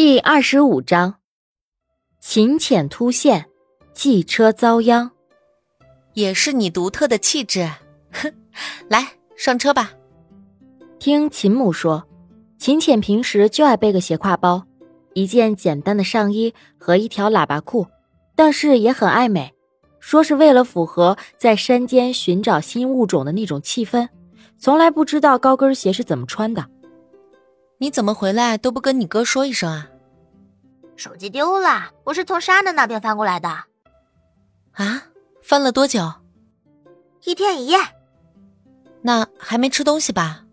第25章，秦潜突现，汽车遭殃。 也是你独特的气质，哼，来上车吧。 听秦母说，秦潜平时就爱背个斜挎包，一件简单的上衣和一条喇叭裤，但是也很爱美，说是为了符合在山间寻找新物种的那种气氛，从来不知道高跟鞋是怎么穿的。 你怎么回来都不跟你哥说一声啊？ 手机丢了，我是从沙的那边翻过来的。 啊？翻了多久 ？1天1夜。 那还没吃东西吧？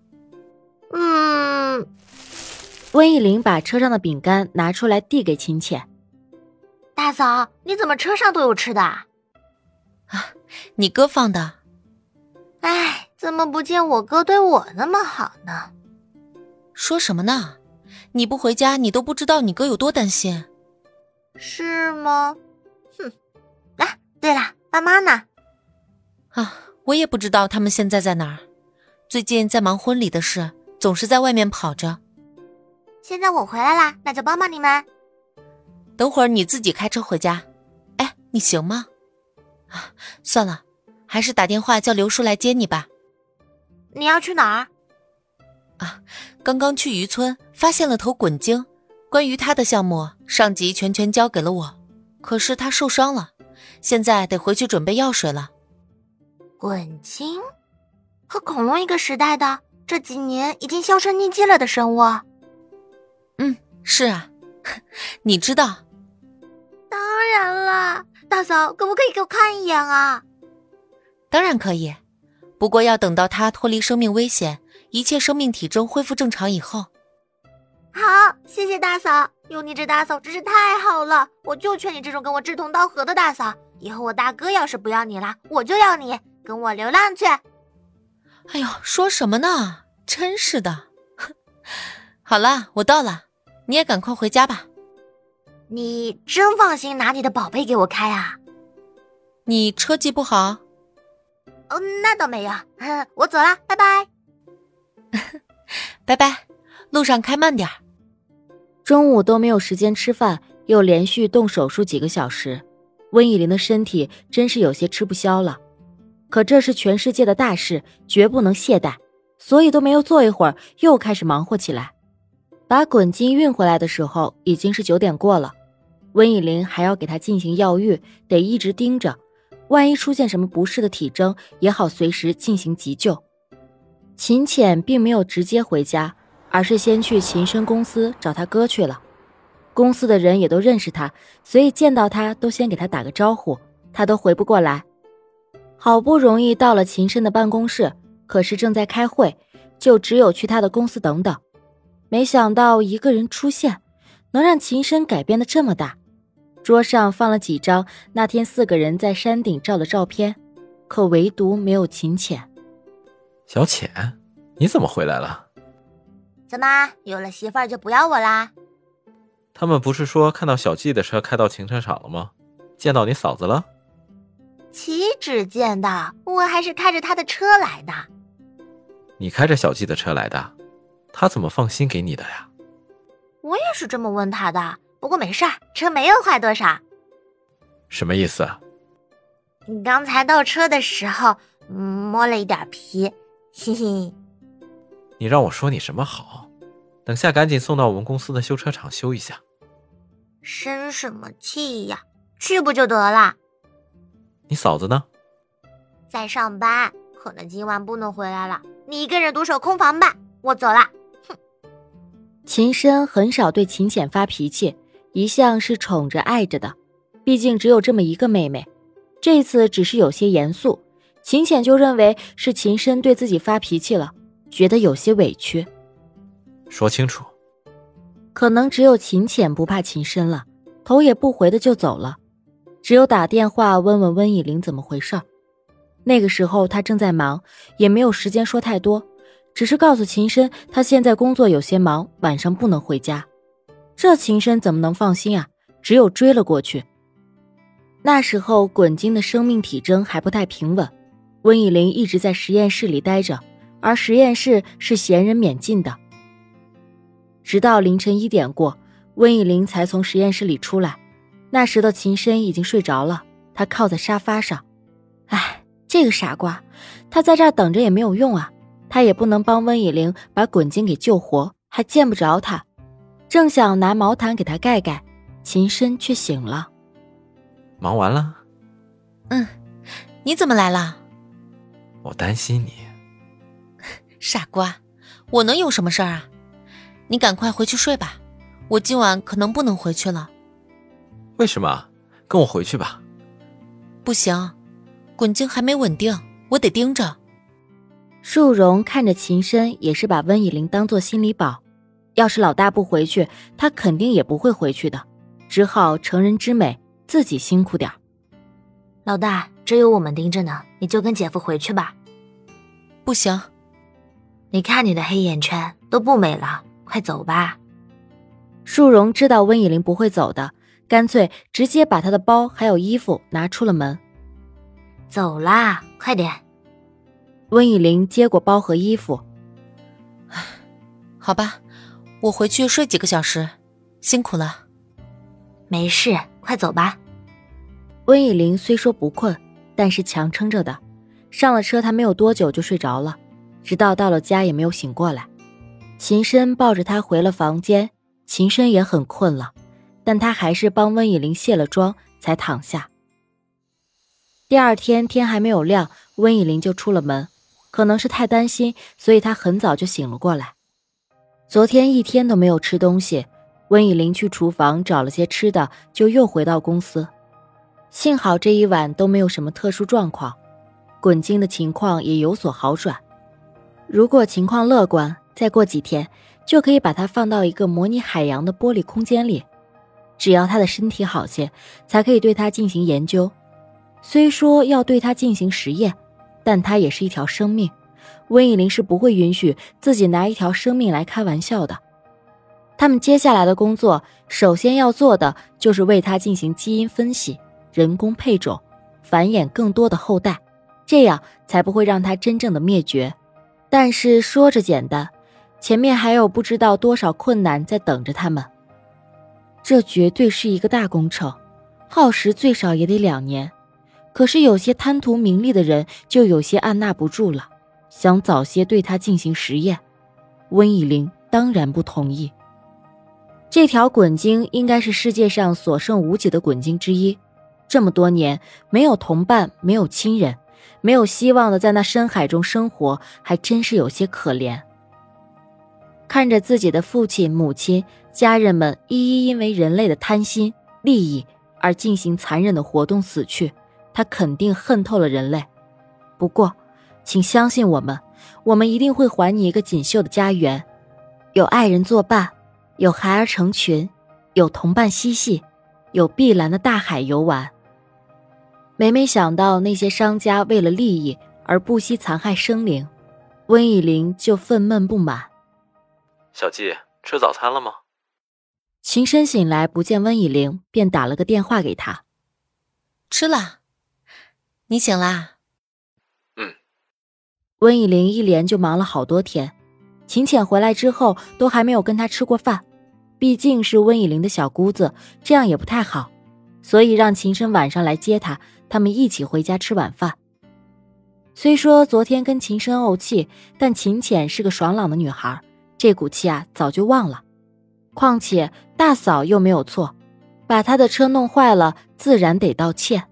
温以玲把车上的饼干拿出来递给秦潜。 大嫂，你怎么车上都有吃的？ 啊，你哥放的。 哎，怎么不见我哥对我那么好呢？ 说什么呢？你不回家，你都不知道你哥有多担心。 是吗？哼。啊，对了，爸妈呢？ 啊，我也不知道他们现在在哪儿。最近在忙婚礼的事，总是在外面跑着。 现在我回来啦，那就帮帮你们。 等会儿你自己开车回家。哎，你行吗？啊，算了，还是打电话叫刘叔来接你吧。 你要去哪儿？ 啊，刚刚去渔村发现了头滚鲸，关于他的项目上级全交给了我，可是他受伤了，现在得回去准备药水了。 滚鲸？和恐龙一个时代的，这几年已经销声匿迹了的生物。 是啊，你知道？ 当然了，大嫂，可不可以给我看一眼啊？ 当然可以，不过要等到他脱离生命危险，一切生命体征恢复正常以后。 好，谢谢大嫂，有你这大嫂真是太好了，我就缺你这种跟我志同道合的大嫂，以后我大哥要是不要你了，我就要你，跟我流浪去。 哎呦，说什么呢？真是的。好了，我到了，你也赶快回家吧。 你真放心拿你的宝贝给我开啊？ 你车技不好？ 那倒没有，我走了，拜拜。 拜拜，路上开慢点。 中午都没有时间吃饭，又连续动手术几个小时，温以玲的身体真是有些吃不消了。可这是全世界的大事，绝不能懈怠，所以都没有坐一会儿，又开始忙活起来。把滚鲸运回来的时候，已经是9点过了。温以玲还要给他进行药浴，得一直盯着，万一出现什么不适的体征，也好随时进行急救。秦潜并没有直接回家，而是先去秦深公司找他哥去了。公司的人也都认识他，所以见到他都先给他打个招呼，他都回不过来。好不容易到了秦深的办公室，可是正在开会，就只有去他的公司等等。没想到一个人出现，能让秦深改变得这么大。桌上放了几张那天4个人在山顶照的照片，可唯独没有秦潜。 小浅，你怎么回来了？ 怎么有了媳妇儿就不要我啦？ 他们不是说看到小季的车开到停车场了吗？见到你嫂子了？ 岂止见到，我还是开着她的车来的。 你开着小季的车来的？他怎么放心给你的呀？ 我也是这么问他的，不过没事儿，车没有坏多少。 什么意思？ 你刚才倒车的时候，摸了一点皮，嘿嘿。 你让我说你什么好？等下赶紧送到我们公司的修车厂修一下。 生什么气呀？去不就得了？ 你嫂子呢？ 在上班，可能今晚不能回来了。你一个人独守空房吧，我走了。 秦深很少对秦潜发脾气，一向是宠着爱着的，毕竟只有这么一个妹妹。这次只是有些严肃，秦潜就认为是秦深对自己发脾气了，觉得有些委屈。 说清楚。 可能只有秦潜不怕秦深了，头也不回的就走了，只有打电话问问温以玲怎么回事。那个时候他正在忙，也没有时间说太多，只是告诉秦深他现在工作有些忙，晚上不能回家。这秦深怎么能放心啊，只有追了过去。那时候滚鲸的生命体征还不太平稳，温以玲一直在实验室里待着，而实验室是闲人免进的。直到凌晨1点过， 温以玲才从实验室里出来。那时的秦深已经睡着了，他靠在沙发上。哎，这个傻瓜，他在这儿等着也没有用啊，他也不能帮温以玲把滚精给救活，还见不着他。正想拿毛毯给他盖盖，秦深却醒了。 忙完了？ 你怎么来了？ 我担心你。 傻瓜，我能有什么事儿啊？你赶快回去睡吧，我今晚可能不能回去了。 为什么？跟我回去吧。 不行，滚精还没稳定，我得盯着。 祝融看着秦深，也是把温以玲当作心理宝。要是老大不回去，他肯定也不会回去的，只好成人之美，自己辛苦点。 老大，只有我们盯着呢，你就跟姐夫回去吧。 不行， 你看你的黑眼圈都不美了，快走吧。 祝融知道温以玲不会走的，干脆直接把她的包还有衣服拿出了门。 走啦，快点。 温以玲接过包和衣服。 好吧，我回去睡几个小时，辛苦了。 没事，快走吧。 温以玲虽说不困，但是强撑着的。上了车，她没有多久就睡着了，直到到了家也没有醒过来。秦深抱着她回了房间，秦深也很困了，但他还是帮温以玲卸了妆才躺下。第二天天还没有亮，温以玲就出了门，可能是太担心，所以她很早就醒了过来。昨天一天都没有吃东西，温以玲去厨房找了些吃的，就又回到公司。幸好这一晚都没有什么特殊状况，滚精的情况也有所好转。如果情况乐观，再过几天就可以把它放到一个模拟海洋的玻璃空间里，只要他的身体好些，才可以对它进行研究。虽说要对它进行实验，但它也是一条生命，温以玲是不会允许自己拿一条生命来开玩笑的。他们接下来的工作，首先要做的就是为它进行基因分析，人工配种，繁衍更多的后代，这样才不会让它真正的灭绝。但是说着简单，前面还有不知道多少困难在等着他们。这绝对是一个大工程，耗时最少也得2年。可是有些贪图名利的人就有些按捺不住了，想早些对他进行实验。温以玲当然不同意。这条滚精应该是世界上所剩无几的滚精之一，这么多年没有同伴，没有亲人，没有希望的在那深海中生活，还真是有些可怜。看着自己的父亲、母亲、家人们一一因为人类的贪心、利益而进行残忍的活动死去，他肯定恨透了人类。不过，请相信我们，我们一定会还你一个锦绣的家园，有爱人作伴，有孩儿成群，有同伴嬉戏，有碧蓝的大海游玩。每每想到那些商家为了利益而不惜残害生灵，温以玲就愤懑不满。 小季，吃早餐了吗？ 秦深醒来不见温以玲，便打了个电话给她。 吃了。你醒啦？ 温以玲一连就忙了好多天，秦浅回来之后都还没有跟她吃过饭，毕竟是温以玲的小姑子，这样也不太好，所以让秦深晚上来接她，他们一起回家吃晚饭。虽说昨天跟秦深怄气，但秦浅是个爽朗的女孩，这股气啊早就忘了。况且大嫂又没有错，把她的车弄坏了，自然得道歉。